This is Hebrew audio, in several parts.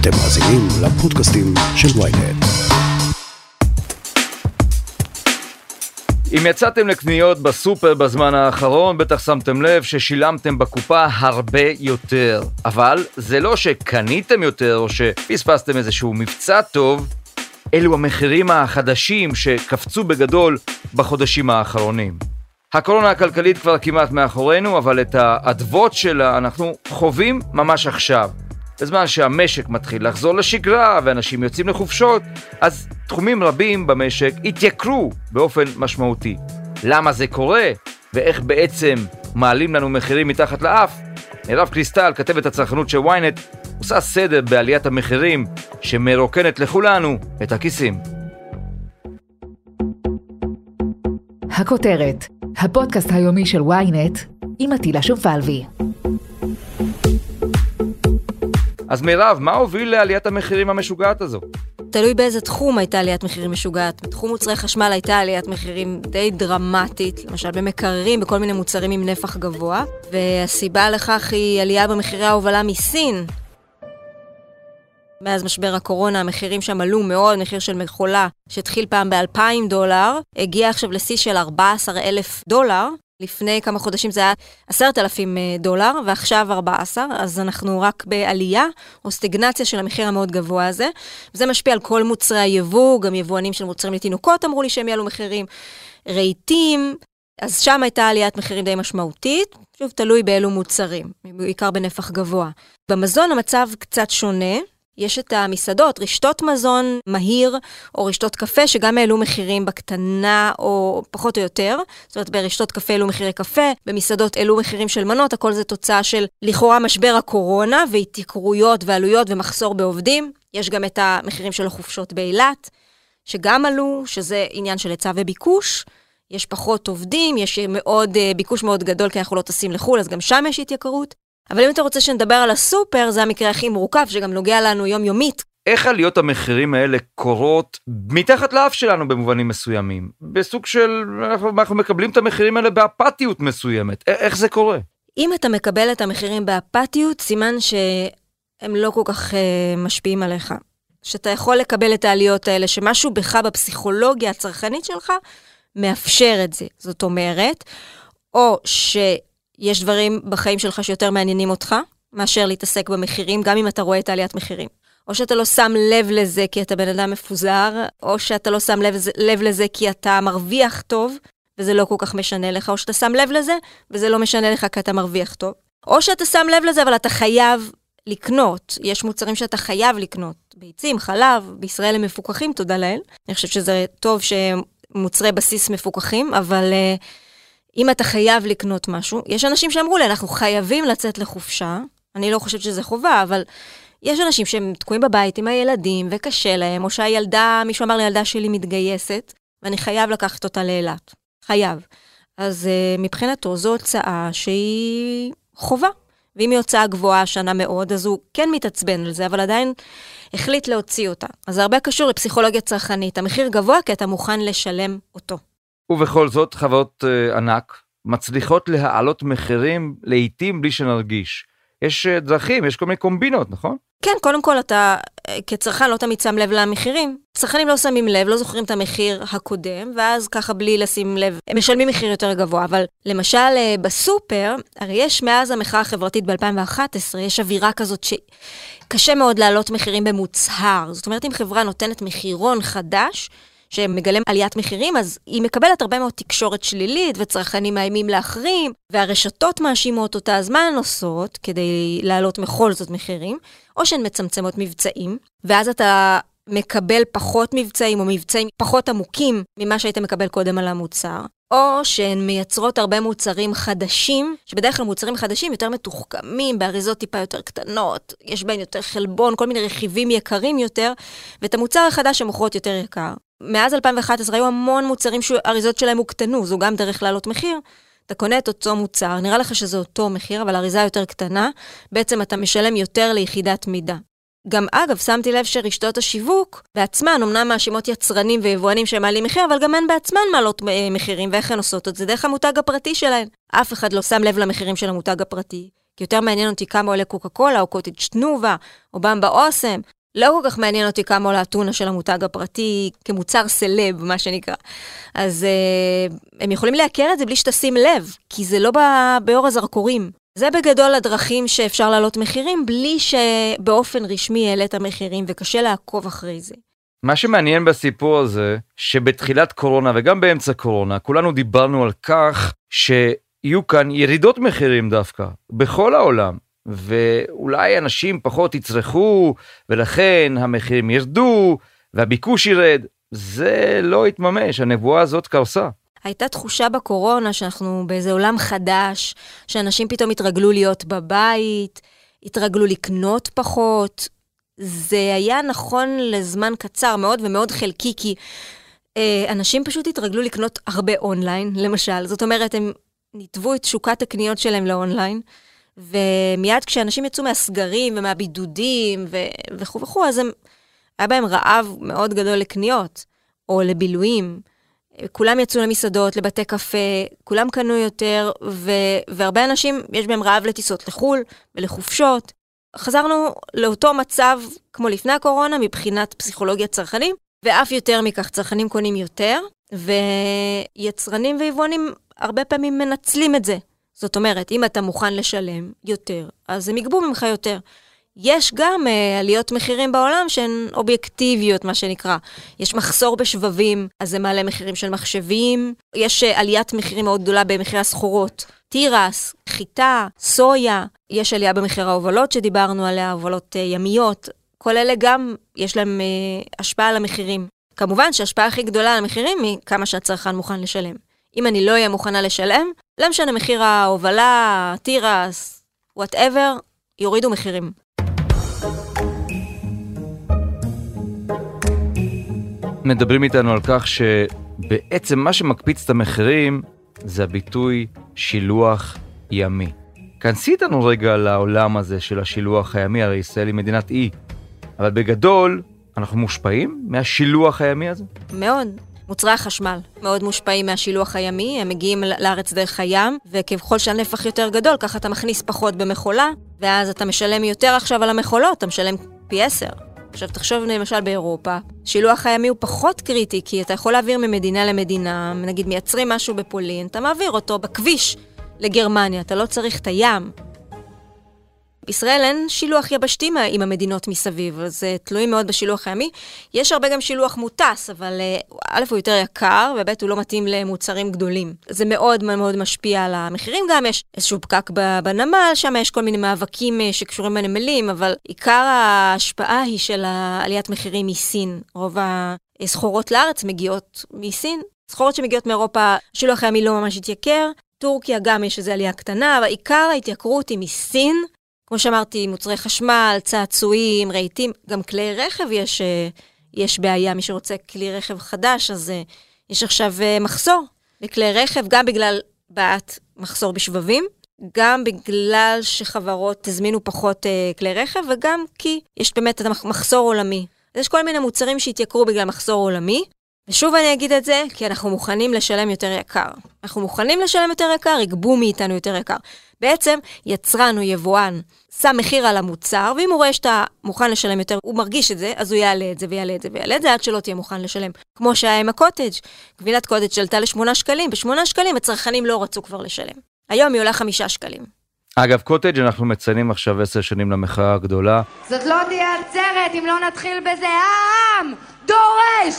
אתם מאזינים לפודקאסטים של ynet. אם יצאתם לקניות בסופר בזמן האחרון, בטח שמתם לב ששילמתם בקופה הרבה יותר. אבל זה לא שקניתם יותר או שפספסתם איזשהו מבצע טוב, אלו המחירים החדשים שקפצו בגדול בחודשים האחרונים. הקורונה הכלכלית כבר כמעט מאחורינו, אבל את האדוות שלה אנחנו חווים ממש עכשיו. בזמן שהמשק מתחיל לחזור לשגרה ואנשים יוצאים לחופשות, אז תחומים רבים במשק התייקרו באופן משמעותי. למה זה קורה? ואיך בעצם מעלים לנו מחירים מתחת לאף? מירב קריסטל, כתבת הצרכנות של ynet, עושה סדר בעליית המחירים שמרוקנת לכולנו את הכיסים. הכותרת, הפודקאסט היומי של ynet עם עטילה שומפלבי. אז מירב, מה הוביל לעליית המחירים המשוגעת הזו? תלוי באיזה תחום הייתה עליית מחירים משוגעת. בתחום מוצרי חשמל הייתה עליית מחירים די דרמטית, למשל במקררים, בכל מיני מוצרים עם נפח גבוה, והסיבה לכך היא עלייה במחירי ההובלה מסין. מאז משבר הקורונה המחירים שם עלו מאוד, מחיר של מכולה שהתחיל פעם $2,000, הגיע עכשיו לשיא של $14,000, לפני כמה חודשים זה היה $10,000, ועכשיו 14, אז אנחנו רק בעלייה או סטגנציה של המחיר המאוד גבוה הזה, וזה משפיע על כל מוצרי היבוא, גם יבואנים של מוצרים לתינוקות אמרו לי שהם יעלו מחירים, רהיטים, אז שם הייתה עליית מחירים די משמעותית, שוב תלוי באלו מוצרים, בעיקר בנפח גבוה. במזון המצב קצת שונה, יש את המסעדות, רשתות מזון מהיר או רשתות קפה, שגם העלו מחירים בקטנה או פחות או יותר. זאת אומרת, ברשתות קפה העלו מחירי קפה, במסעדות העלו מחירים של מנות, הכל זה תוצאה של לכאורה משבר הקורונה, והתייקרויות ועלויות ומחסור בעובדים. יש גם את המחירים של החופשות באילת, שגם עלו, שזה עניין של היצע וביקוש. יש פחות עובדים, יש ביקוש מאוד גדול, כי אנחנו לא טסים לחול, אז גם שם יש התייקרות. אבל אם אתה רוצה שנדבר על הסופר, זה המקרה הכי מורכב, שגם נוגע לנו יומיומית. איך עליות המחירים האלה קורות מתחת לאף שלנו במובנים מסוימים? בסוג של, אנחנו מקבלים את המחירים האלה באפתיות מסוימת. איך זה קורה? אם אתה מקבל את המחירים באפתיות, סימן שהם לא כל כך משפיעים עליך. שאתה יכול לקבל את העליות האלה, שמשהו בך בפסיכולוגיה הצרכנית שלך מאפשר את זה. זאת אומרת, או יש דברים בחיים שלך שיותר מעניינים אותך, מאשר להתעסק במחירים, גם אם אתה רואה את עליית מחירים. או שאתה לא שם לב לזה כי אתה בן אדם מפוזר, או שאתה לא שם לב לזה כי אתה מרוויח טוב, וזה לא כל כך משנה לך, או שאתה שם לב לזה, וזה לא משנה לך כי אתה מרוויח טוב. או שאתה שם לב לזה, אבל אתה חייב לקנות. יש מוצרים שאתה חייב לקנות. ביצים, חלב, בישראל הם מפוקחים, תודה לאל. אני חושבת שזה טוב שמוצרי בסיס מפוקחים, אבל אם אתה חייב לקנות משהו, יש אנשים שאמרו לי, אנחנו חייבים לצאת לחופשה, אני לא חושבת שזה חובה, אבל יש אנשים שהם תקועים בבית עם הילדים, וקשה להם, או שהילדה, מישהו אמר לי, הילדה שלי מתגייסת, ואני חייב לקחת אותה לאילת. חייב. אז מבחינתו, זו הוצאה שהיא חובה. ואם היא הוצאה גבוהה שנה מאוד, אז הוא כן מתעצבן על זה, אבל עדיין החליט להוציא אותה. אז זה הרבה קשור לפסיכולוגיה צרכנית. המחיר גבוה כי אתה מוכן לשלם אותו. ובכל זאת, חברות ענק מצליחות להעלות מחירים לעתים בלי שנרגיש. יש דרכים, יש כל מיני קומבינות, נכון? כן, קודם כל אתה כצרכן לא תמיד שם לב למחירים. צרכנים לא שמים לב, לא זוכרים את המחיר הקודם, ואז ככה בלי לשים לב, הם משלמים מחיר יותר גבוה. אבל למשל בסופר, הרי יש מאז המחאה החברתית ב-2011, יש אווירה כזאת שקשה מאוד להעלות מחירים במוצהר. זאת אומרת, אם חברה נותנת מחירון חדש, שמגלם עליית מחירים, אז היא מקבלת הרבה מאוד תקשורת שלילית, וצרכנים מאיימים להחרים, והרשתות מאשימות אותה, אז מה הן עושות כדי להעלות בכל זאת מחירים? או שהן מצמצמות מבצעים, ואז אתה מקבל פחות מבצעים, או מבצעים פחות עמוקים ממה שהיית מקבל קודם על המוצר, או שהן מייצרות הרבה מוצרים חדשים, שבדרך כלל מוצרים חדשים יותר מתוחכמים, באריזות טיפה יותר קטנות, יש בהן יותר חלבון, כל מיני רכיבים יקרים יותר, ואת המוצר החדש שמוכרות יותר יקר. מאז 2011 היו המון מוצרים שהאריזות שלהם הוקטנו, זו גם דרך לעלות מחיר. אתה קונה את אותו מוצר, נראה לך שזה אותו מחיר, אבל האריזה יותר קטנה, בעצם אתה משלם יותר ליחידת מידה. גם אגב, שמתי לב שרשתות השיווק בעצמן, אמנם מאשימות יצרנים ויבואנים שהם מעלים מחיר, אבל גם הן בעצמן מעלות מחירים, ואיך הן עושות את זה? דרך המותג הפרטי שלהן. אף אחד לא שם לב למחירים של המותג הפרטי. כי יותר מעניין אותי כמה עולה קוקה קולה, או קוטג' תנובה, או במבה אוסם. לא כל כך מעניין אותי כמה עולה הטונה של המותג הפרטי, כמוצר סלב, מה שנקרא. אז הם יכולים להכיר את זה בלי שתשים לב, כי זה לא באור הזרקורים. זה בגדול הדרכים שאפשר לעלות מחירים, בלי שבאופן רשמי העלה את המחירים, וקשה לעקוב אחרי זה. מה שמעניין בסיפור הזה, שבתחילת קורונה וגם באמצע קורונה, כולנו דיברנו על כך שיהיו כאן ירידות מחירים דווקא, בכל העולם. ואולי אנשים פחות יצרכו, ולכן המחירים ירדו, והביקוש ירד. זה לא התממש, הנבואה הזאת קרסה. הייתה תחושה בקורונה שאנחנו באיזה עולם חדש, שאנשים פתאום התרגלו להיות בבית, התרגלו לקנות פחות. זה היה נכון לזמן קצר מאוד ומאוד חלקי, כי אנשים פשוט התרגלו לקנות הרבה אונליין, למשל. זאת אומרת, הם ניתבו את שוקת הקניות שלהם לאונליין, ומיד כשאנשים יצאו מהסגרים ומהבידודים וכו', אז היה בהם רעב מאוד גדול לקניות, או לבילויים. כולם יצאו למסעדות, לבתי קפה, כולם קנו יותר, והרבה אנשים יש בהם רעב לטיסות לחול ולחופשות. חזרנו לאותו מצב כמו לפני הקורונה, מבחינת פסיכולוגיית צרכנים, ואף יותר מכך צרכנים קונים יותר, ויצרנים ויבואנים הרבה פעמים מנצלים את זה. זאת אומרת, אם אתה מוכן לשלם יותר, אז הם יגבו ממך יותר. יש גם עליות מחירים בעולם שהן אובייקטיביות, מה שנקרא. יש מחסור בשבבים, אז זה מעלה מחירים של מחשבים. יש עליית מחירים מאוד גדולה במחירי הסחורות. תירס, חיטה, סויה. יש עלייה במחיר ההובלות שדיברנו עליה, הובלות ימיות. כל אלה גם יש להם השפעה על המחירים. כמובן שההשפעה הכי גדולה על המחירים היא כמה שהצרכן מוכן לשלם. אם אני לא אהיה מוכנה לשלם, לא משנה מחיר ההובלה, תירס, whatever, יורידו מחירים. מדברים איתנו על כך שבעצם מה שמקפיץ את המחירים זה הביטוי שילוח ימי. כנסי איתנו רגע לעולם הזה של השילוח הימי, הרי ישראל היא מדינת אי, אבל בגדול אנחנו מושפעים מהשילוח הימי הזה? מאוד. מוצרי החשמל מאוד מושפעים מהשילוח הימי, הם מגיעים לארץ דרך הים, וככל שהנפח יותר גדול, ככה אתה מכניס פחות במכולה, ואז אתה משלם יותר עכשיו על המכולות, אתה משלם פי 10. עכשיו תחשוב למשל באירופה, שילוח הימי הוא פחות קריטי, כי אתה יכול להעביר ממדינה למדינה, נגיד מייצרים משהו בפולין, אתה מעביר אותו בכביש לגרמניה, אתה לא צריך את הים. בישראל אין שילוח יבשתי עם המדינות מסביב, אז תלויים מאוד בשילוח הימי. יש הרבה גם שילוח מוטס, אבל א' הוא יותר יקר, וב' הוא לא מתאים למוצרים גדולים. זה מאוד מאוד משפיע על המחירים. גם יש איזשהו פקק בנמל, שם יש כל מיני מאבקים שקשורים בנמלים, אבל עיקר ההשפעה היא של עליית מחירים מסין. רוב הסחורות לארץ מגיעות מסין. סחורות שמגיעות מאירופה, שילוח הימי לא ממש התייקר. טורקיה גם יש איזו עלייה קטנה, אבל עיקר ההתייקרות היא מסין. כמו שאמרתי, מוצרי חשמל, צעצועים, רהיטים, גם כלי רכב יש בעיה. מי שרוצה כלי רכב חדש, אז יש עכשיו מחסור בכלי רכב, גם בגלל בעיית מחסור בשבבים, גם בגלל שחברות תזמינו פחות כלי רכב, וגם כי יש באמת את המחסור עולמי. אז יש כל מיני מוצרים שהתייקרו בגלל מחסור עולמי, ושוב אני אגיד את זה, כי אנחנו מוכנים לשלם יותר יקר. אנחנו מוכנים לשלם יותר יקר, יגבו מאיתנו יותר יקר. בעצם יצרן או יבואן שם מחיר על המוצר, ואם הוא רואה שאתה מוכן לשלם יותר, הוא מרגיש את זה, אז הוא יעלה את זה ויעלה את זה ויעלה את זה, עד שלא תהיה מוכן לשלם. כמו שהיה עם הקוטג'. גבילת קוטג' שלתה ל8 שקלים, ב8 שקלים הצרכנים לא רצו כבר לשלם. היום היא עולה 5 שקלים. אגב, קוטג' אנחנו מציינים עכשיו 10 שנים למחאה הגדולה. זאת לא תהיה עצרת אם לא נתחיל בזה. העם דורש!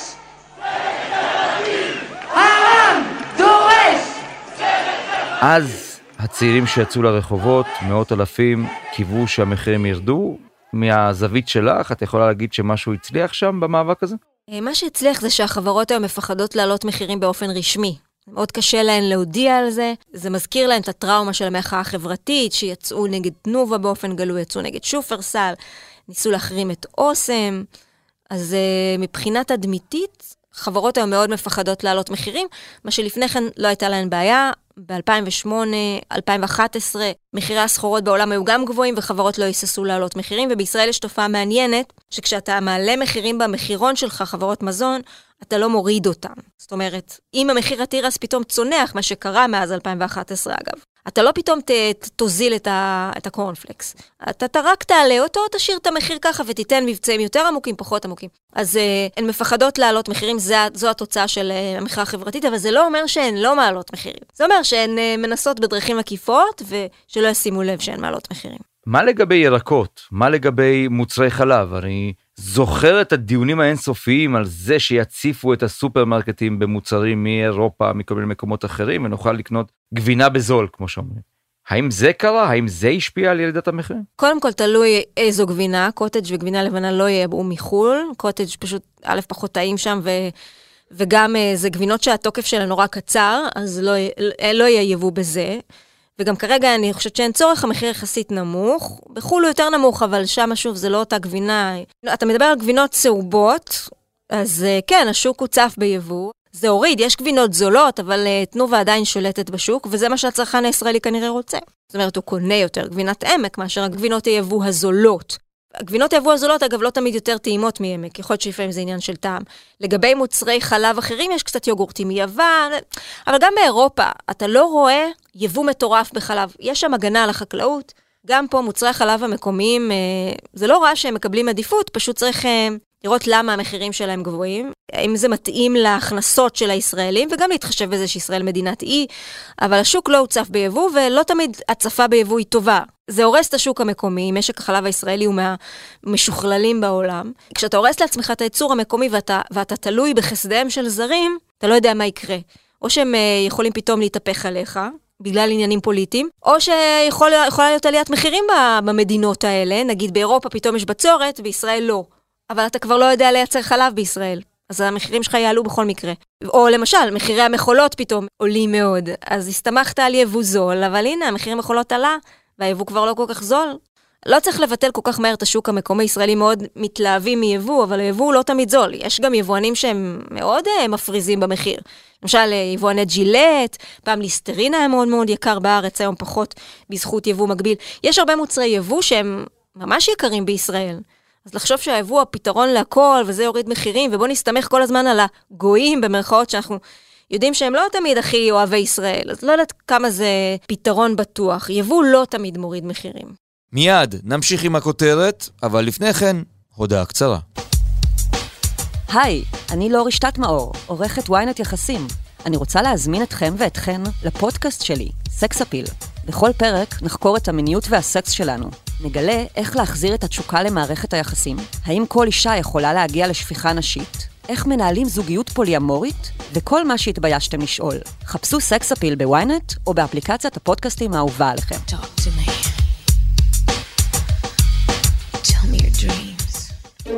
העם דורש! אז הצעירים שיצאו לרחובות, מאות אלפים, קיוו שהמחירים ירדו. מהזווית שלך, את יכולה להגיד שמשהו הצליח שם במאבק הזה? מה שהצליח זה שהחברות היום מפחדות לעלות מחירים באופן רשמי. מאוד קשה להן להודיע על זה. זה מזכיר להן את הטראומה של המחאה החברתית, שיצאו נגד תנובה באופן גלוי, יצאו נגד שופרסל, ניסו להחרים את אוסם. אז מבחינת הדמיתית, חברות היום מאוד מפחדות לעלות מחירים, מה שלפני כן לא הייתה להן בעיה. ב-2008, 2011, מחירי הסחורות בעולם היו גם גבוהים, וחברות לא היססו לעלות מחירים, ובישראל יש תופעה מעניינת, שכשאתה מעלה מחירים במחירון שלך, חברות מזון, אתה לא מוריד אותם. זאת אומרת, אם המחיר התירס פתאום צונח, מה שקרה מאז 2011 אגב, אתה לא פתאום תוזיל את הקורנפלקס. אתה רק תעלה אותו, תשאיר את המחיר ככה ותיתן מבצעים יותר עמוקים, פחות עמוקים. אז הן מפחדות לעלות מחירים, זו התוצאה של המחאה החברתית, אבל זה לא אומר שהן לא מעלות מחירים. זה אומר שהן מנסות בדרכים עקיפות, ושלא ישימו לב שהן מעלות מחירים. מה לגבי ירקות? מה לגבי מוצרי חלב? אני זוכר את הדיונים האינסופיים על זה שיציפו את הסופרמרקטים במוצרים מאירופה, מכל מיני מקומות אחרים, ונוכל לקנות גבינה בזול, כמו שאומרים. האם זה קרה? האם זה השפיע על ירידת המחירים? קודם כל תלוי איזו גבינה, קוטג' וגבינה לבנה לא ייבאו מחול, קוטג' פשוט א' פחות טעים שם, וגם זה גבינות שהתוקף שלה נורא קצר, אז לא ייבאו בזה. וגם כרגע אני חושבת שאין צורך, המחיר יחסית נמוך. בחול הוא יותר נמוך, אבל שם שוב זה לא אותה גבינה. אתה מדבר על גבינות צהובות, אז כן, השוק הוצף ביבוא. זה הוריד, יש גבינות זולות, אבל תנובה עדיין שולטת בשוק, וזה מה שהצרכן הישראלי כנראה רוצה. זאת אומרת, הוא קונה יותר גבינת עמק, מאשר הגבינות היבוא הזולות. הגבינות היבוא הזולות, אגב, לא תמיד יותר טעימות מעמק, יכול להיות שלפעמים זה עניין של טעם. לגבי מוצרי חלב אחרים, יש קצת יוגורטים מיוון, אבל גם באירופה, אתה לא רואה יבוא מטורף בחלב. יש שם הגנה על החקלאות, גם פה מוצרי החלב המקומיים, זה לא רע שהם מקבלים עדיפות, פשוט צריך לראות למה המחירים שלהם גבוהים, האם זה מתאים להכנסות של הישראלים, וגם להתחשב בזה שישראל מדינת אי, אבל השוק לא הוצף ביבוא, ולא תמיד הצפה ביבוא היא טובה. זה הורס את השוק המקומי, משק החלב הישראלי הוא מהמשוכללים בעולם. כשאתה הורס לעצמך את הייצור המקומי, ואתה תלוי בחסדיהם של זרים, אתה לא יודע מה יקרה. או שהם יכולים פתאום להתהפך עליך, בגלל עניינים פוליטיים, או שיכולה להיות עליית מחירים במדינות האלה, נגיד באירופה פתאום יש בצורת, בישראל לא. אבל אתה כבר לא יודע לייצר חלב בישראל. אז המחירים שלך יעלו בכל מקרה. או למשל, מחירי המחולות פתאום עולים מאוד. אז הסתמכת על יבוא זול, אבל הנה, המחירים המחולות עלה, והיבוא כבר לא כל כך זול. לא צריך לבטל כל כך מהר את השוק המקומי. ישראלים מאוד מתלהבים מיבוא, אבל היבוא לא תמיד זול. יש גם יבואנים שהם מאוד מפריזים במחיר. למשל, יבואני ג'ילט, פעם ליסטרינה היה מאוד מאוד יקר בארץ, היום פחות בזכות יבוא מקביל. יש הרבה מוצרי יבוא שהם ממש יקרים בישראל. אז לחשוב שהיבוא הפתרון להכל, וזה יוריד מחירים, ובוא נסתמך כל הזמן על הגויים במרכאות שאנחנו יודעים שהם לא תמיד הכי אוהבי ישראל, אז לא יודעת כמה זה פתרון בטוח. יבוא לא תמיד מוריד מחירים. מיד נמשיך עם הכותרת, אבל לפני כן, הודעה קצרה. היי, אני לא רשתת מאור, עורכת וויינט יחסים. אני רוצה להזמין אתכם ואתכן לפודקאסט שלי, סקס אפיל. בכל פרק נחקור את המיניות והסקס שלנו. נגלה איך להחזיר את התשוקה למערכת היחסים, האם כל אישה יכולה להגיע לשפיכה נשית, איך מנהלים זוגיות פוליאמורית, וכל מה שהתביישתם לשאול. חפשו סקס אפיל בוויינט או באפליקציית הפודקאסטים האהובה עליכם. Talk to me. Tell me your dreams.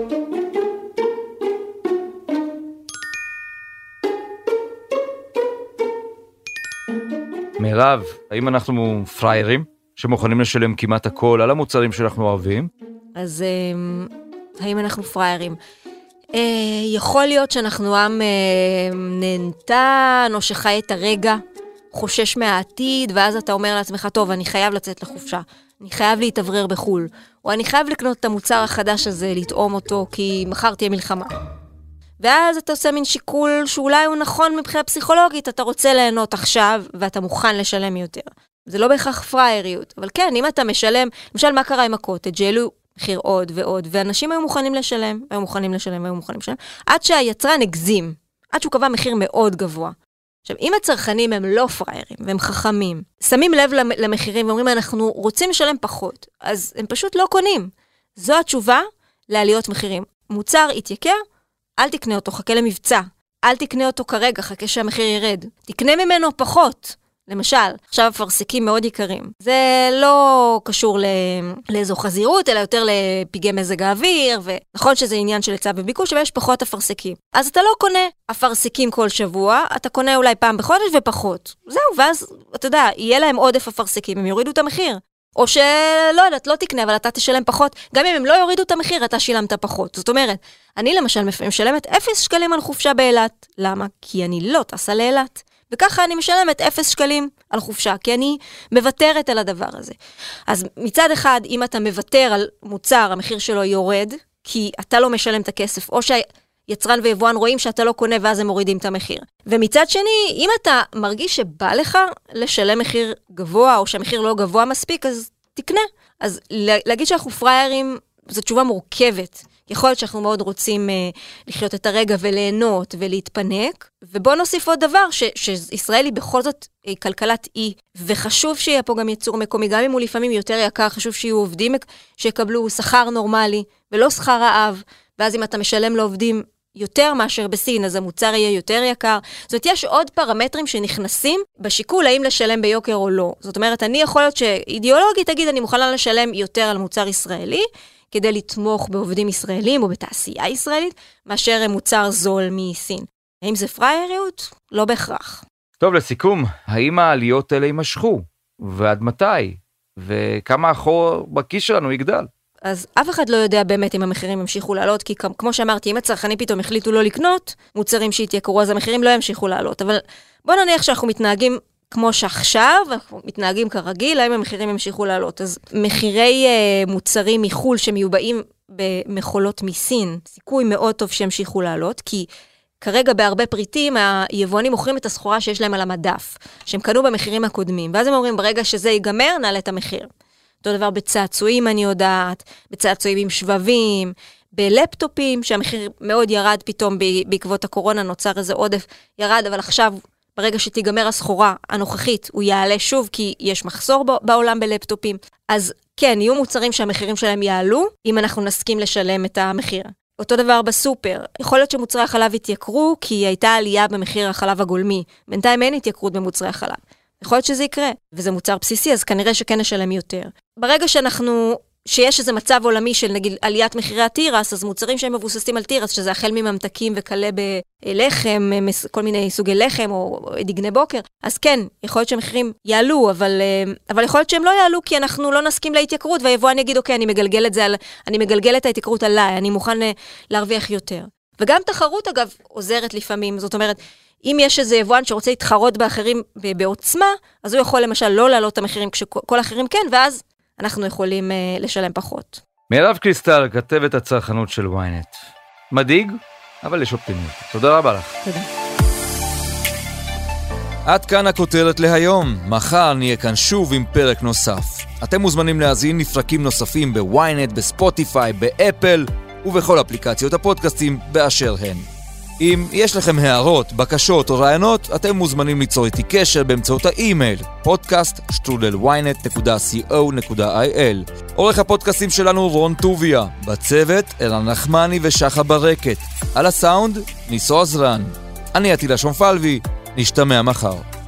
מירב, האם אנחנו פריירים שמוכנים לשלם כמעט הכל על המוצרים שאנחנו אוהבים? אז האם אנחנו פריירים? יכול להיות שאנחנו עם נהנתן, או שחי את הרגע, חושש מהעתיד, ואז אתה אומר לעצמך, טוב, אני חייב לצאת לחופשה, אני חייב להתאוורר בחול, או אני חייב לקנות את המוצר החדש הזה, לטעום אותו, כי מחר תהיה מלחמה. ואז אתה עושה מין שיקול שאולי הוא נכון מבחינה פסיכולוגית, אתה רוצה ליהנות עכשיו, ואתה מוכן לשלם יותר. זה לא בהכרח פרייריות, אבל כן, אם אתה משלם, למשל מה קרה עם הקוטג' העלו מחיר עוד ועוד, ואנשים היו מוכנים לשלם, עד שהיצרן הגזים, עד שהוא קבע מחיר מאוד גבוה. עכשיו, אם הצרכנים הם לא פריירים, והם חכמים, שמים לב למחירים ואומרים, אנחנו רוצים לשלם פחות, אז הם פשוט לא קונים. זו התשובה לעליות מחירים. מוצר יתייקר, אל תקנה אותו, חכה למבצע. אל תקנה אותו כרגע, חכה שהמחיר ירד. תקנה ממנו פחות. למשל, עכשיו הפרסקים מאוד יקרים. זה לא קשור לאיזו חזירות, אלא יותר לפגעי מזג האוויר, ונכון שזה עניין של היצע וביקוש, אבל יש פחות אפרסקים. אז אתה לא קונה אפרסקים כל שבוע, אתה קונה אולי פעם בחודש ופחות. זהו, ואז, אתה יודע, יהיה להם עודף אפרסקים, הם יורידו את המחיר. או שלא יודעת, לא תקנה, אבל אתה תשלם פחות. גם אם הם לא יורידו את המחיר, אתה שילמת פחות. זאת אומרת, אני למשל משלמת 0 שקלים על חופשה באילת. למה? כי אני לא טסה לאילת. וככה אני משלמת 0 שקלים על חופשה, כי אני מוותרת על הדבר הזה. אז מצד אחד, אם אתה מוותר על מוצר, המחיר שלו יורד, כי אתה לא משלם את הכסף, או יצרן ויבואן רואים שאתה לא קונה ואז הם מורידים את המחיר. ומצד שני, אם אתה מרגיש שבא לך לשלם מחיר גבוה או שהמחיר לא גבוה מספיק, אז תקנה. אז להגיד שאנחנו פריירים, זו תשובה מורכבת. יכול להיות שאנחנו מאוד רוצים לחיות את הרגע וליהנות ולהתפנק, ובוא נוסיף עוד דבר, שישראל היא בכל זאת כלכלת אי, וחשוב שיהיה פה גם ייצור מקומי, גם אם הוא לפעמים יותר יקר, חשוב שיהיו עובדים שיקבלו שכר נורמלי, ולא שכר רעב, ואז אם אתה משלם לעובדים יותר מאשר בסין, אז המוצר יהיה יותר יקר. זאת אומרת, יש עוד פרמטרים שנכנסים בשיקול האם לשלם ביוקר או לא. זאת אומרת, אני יכול להיות שאידיאולוגית תגיד, אני מוכנה לשלם יותר על מוצר ישראלי, כדי לתמוך בעובדים ישראלים או בתעשייה ישראלית, מאשר מוצר זול מסין. האם זה פרייריות? לא בהכרח. טוב, לסיכום, האם העליות האלה יימשכו? ועד מתי? וכמה החור בכיס שלנו יגדל? אז אף אחד לא יודע באמת אם המחירים ימשיכו לעלות, כי כמו שאמרתי, אם הצרכנים פתאום החליטו לא לקנות מוצרים שהתייקרו, אז המחירים לא ימשיכו לעלות. אבל בוא נניח שאנחנו מתנהגים כמו שעכשיו, אנחנו מתנהגים כרגיל, האם המחירים ימשיכו לעלות. אז מחירי מוצרים מחול שמיובאים במכולות מסין, סיכוי מאוד טוב שימשיכו לעלות, כי כרגע בהרבה פריטים, היבואנים מוכרים את הסחורה שיש להם על המדף, שהם קנו במחירים הקודמים, ואז הם אומרים, ברגע שזה ייגמר, נעלה את המחיר. אותו דבר בצעצועים, אני יודעת, בצעצועים עם שבבים, בלפטופים, שהמחיר מאוד ירד פתאום בעקבות הקורונה, נוצר איזה עודף, ירד, אבל עכשיו, ברגע שתיגמר הסחורה הנוכחית, הוא יעלה שוב, כי יש מחסור בעולם בלפטופים. אז כן, יהיו מוצרים שהמחירים שלהם יעלו, אם אנחנו נסכים לשלם את המחיר. אותו דבר בסופר. יכול להיות שמוצרי החלב יתייקרו, כי הייתה עלייה במחיר החלב הגולמי. בינתיים אין התייקרות במוצרי החלב. יכול להיות שזה יקרה, וזה מוצר בסיסי, אז כנראה שכן נשלם יותר. ברגע שיש איזה מצב עולמי של נגיד עליית מחירי התירס, אז מוצרים שהם מבוססים על תירס, שזה החל מממתקים וכלה בלחם, כל מיני סוגי לחם או דגני בוקר, אז כן, יכול להיות שהמחירים יעלו, אבל יכול להיות שהם לא יעלו, כי אנחנו לא נסכים להתייקרות, והיבואן יגיד, אוקיי, אני מגלגל את ההתייקרות עליי, אני מוכן להרוויח יותר. וגם תחרות, אגב, עוזרת לפעמים, זאת אומרת, אם יש איזה יבואן שרוצה להתחרות באחרים בעוצמה, אז הוא יכול למשל לא לעלות את המחירים כשכל האחרים כן, ואז אנחנו יכולים לשלם פחות. מירב קריסטל, כתבת הצרכנות של ynet. מדאיג, אבל יש אופטימיות. תודה רבה לך. תודה. עד כאן הכותרת להיום. מחר נהיה כאן שוב עם פרק נוסף. אתם מוזמנים להזין לפרקים נוספים בוויינט, בספוטיפיי, באפל ובכל אפליקציות הפודקאסטים באשר הן. אם יש לכם הערות, בקשות או רעיונות, אתם מוזמנים ליצור איתי קשר באמצעות האימייל podcast@ynet.co.il. עורך הפודקאסטים שלנו רון טוביה, בצוות ערן נחמני ושחה ברקת. על הסאונד ניסו עזרן. אני עטילה שומפלבי, נשתמע מחר.